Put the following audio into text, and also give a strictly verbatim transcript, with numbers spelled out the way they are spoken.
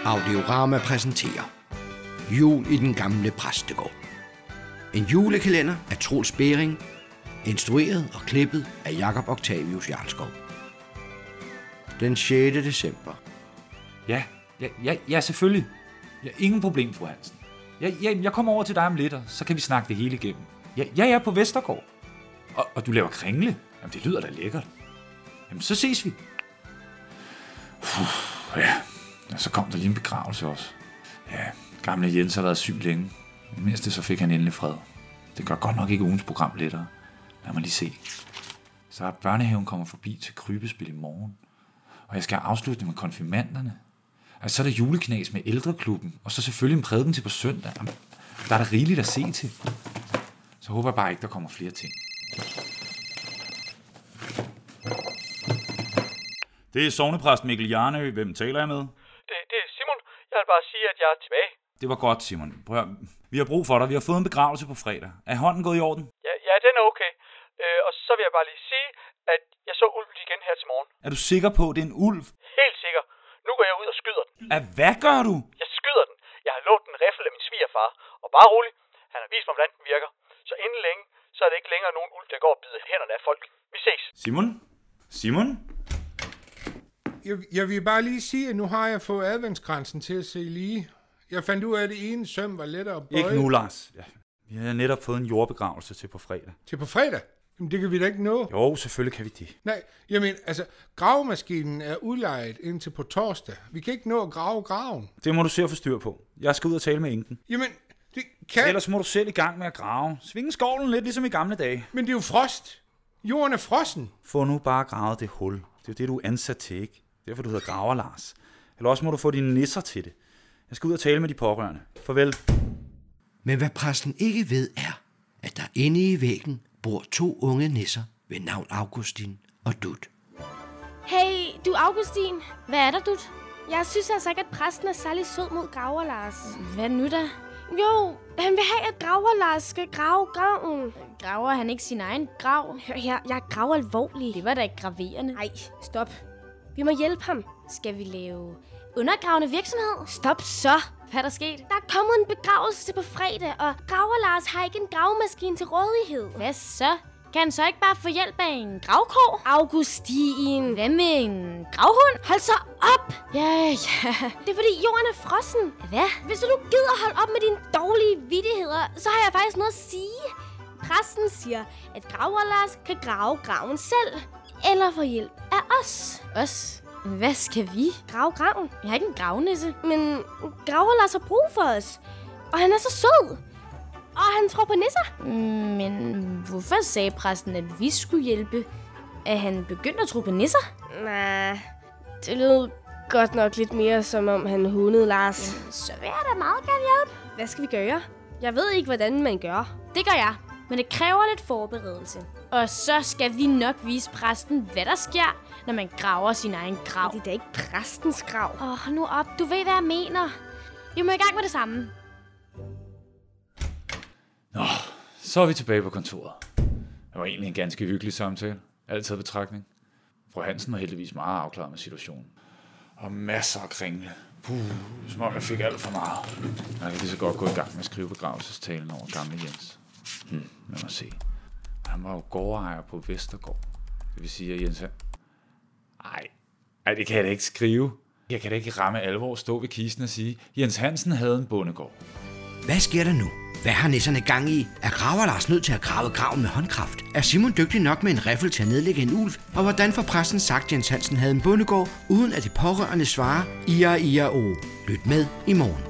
Audiorama præsenterer Jul i den gamle præstegård. En julekalender af Troels Bering, instrueret og klippet af Jakob Octavius Jarlskov. Den sjette december. Ja, ja, ja, ja selvfølgelig. Ja, ingen problem, fru Hansen. Ja, ja, jeg kommer over til dig om lidt, og så kan vi snakke det hele igennem. Ja, jeg er på Vestergård. Og, og du laver kringle. Jamen, det lyder da lækkert. Jamen, så ses vi. Puh, ja, og så kom der lige en begravelse også. Ja, gamle Jens har været syg længe. I mindste så fik han endelig fred. Det gør godt nok ikke ugens program lettere. Lad mig lige se. Så er børnehaven kommer forbi til krybespil i morgen. Og jeg skal afslutte med konfirmanderne. Altså, så er der juleknas med ældreklubben. Og så selvfølgelig en prædiken til på søndag. Jamen, der er der rigeligt at se til. Så håber jeg bare ikke, der kommer flere ting. Det er sognepræst Mikkel Jarnø. Hvem taler jeg med? Det, det er Simon. Jeg vil bare sige, at jeg er tilbage. Det var godt, Simon. Prøv at, vi har brug for dig. Vi har fået en begravelse på fredag. Er hånden gået i orden? Ja, ja den er okay. Øh, og så vil jeg bare lige sige, at jeg så ulven igen her til morgen. Er du sikker på, at det er en ulv? Helt sikker. Nu går jeg ud og skyder den. At hvad gør du? Jeg skyder den. Jeg har lånt en riffel af min svigerfar. Og bare rolig. Han har vist mig, hvordan den virker. Så inden længe, så er det ikke længere nogen ulv, der går og bider hænderne af folk. Vi ses. Simon? Simon? Jeg, jeg vil bare lige sige, at nu har jeg fået adventskransen til at se lige. Jeg fandt ud af, at det ene søm var lettere at bøje. Ikke nu, Lars. Ja. Vi har netop fået en jordbegravelse til på fredag. Til på fredag? Jamen, det kan vi da ikke nå. Jo, selvfølgelig kan vi det. Nej, jamen, altså, gravemaskinen er udlejet indtil på torsdag. Vi kan ikke nå at grave graven. Det må du se at få styr på. Jeg skal ud og tale med enken. Jamen, det kan... Ellers må du selv i gang med at grave. Svinge skovlen lidt, ligesom i gamle dage. Men det er jo frost. Jorden er frossen. Få nu bare gravet det hul. Det er jo det, du er ansat til, ikke? Derfor du hedder graver, Lars. Eller også må du få dine nisser til det. Jeg skal ud og tale med de pårørende. Farvel. Men hvad præsten ikke ved er, at der inde i væggen bor to unge nisser ved navn Augustin og Dut. Hey, du Augustin. Hvad er der, Dut? Jeg synes altså ikke, at præsten er særlig sød mod Graver Lars. Hvad nu da? Jo, han vil have, at Graver Lars skal grave graven. Graver han ikke sin egen grav? Hør her, jeg graver alvorligt. Det var da ikke graverende. Nej, stop. Vi må hjælpe ham. Skal vi lave undergravende virksomhed? Stop så. Hvad er der sket? Der er kommet en begravelse til på fredag, og Graver Lars har ikke en gravemaskine til rådighed. Hvad så? Kan han så ikke bare få hjælp af en gravkrog? Augustin. Hvad med en gravhund? Hold så op! Ja, ja. Det er fordi jorden er frossen. Hvad? Hvis du gider holde op med dine dårlige vittigheder, så har jeg faktisk noget at sige. Præsten siger, at Graver Lars kan grave graven selv. Eller få hjælp af os. Os? Hvad skal vi? Grave graven? Jeg har ikke en gravnisse. Men Graver Lars har brug for os. Og han er så sød. Og han tror på nisser. Men hvorfor sagde præsten, at vi skulle hjælpe? Er han begyndt at tro på nisser? Nej, det lød godt nok lidt mere, som om han hundede Lars. Jamen, så vil jeg da meget gerne hjælpe. Hvad skal vi gøre? Jeg ved ikke, hvordan man gør. Det gør jeg. Men det kræver lidt forberedelse. Og så skal vi nok vise præsten, hvad der sker, når man graver sin egen grav. Det er da ikke præstens grav. Åh, oh, nu op. Du ved, hvad jeg mener. Vi må i gang med det samme. Nå, så er vi tilbage på kontoret. Det var egentlig en ganske hyggelig samtale. Altid betragtning. Fru Hansen var heldigvis meget afklaret med situationen. Og masser af kringle. Puh, som om jeg fik alt for meget. Jeg kan lige så godt gå i gang med at skrive begravelsestalen over gamle Jens. Hmm, lad mig se. Han var jo gårdejer på Vestergård. Det vil sige, at Jens... Ej, ej, det kan jeg da ikke skrive. Jeg kan da ikke ramme alvor stå ved kisten og sige, Jens Hansen havde en bondegård. Hvad sker der nu? Hvad har nisserne gang i? Er Graver Lars nødt til at grave graven med håndkraft? Er Simon dygtig nok med en riffel til at nedlægge en ulv? Og hvordan får præsten sagt, at Jens Hansen havde en bondegård, uden at de pårørende svarer I A I A O? Lyt med i morgen.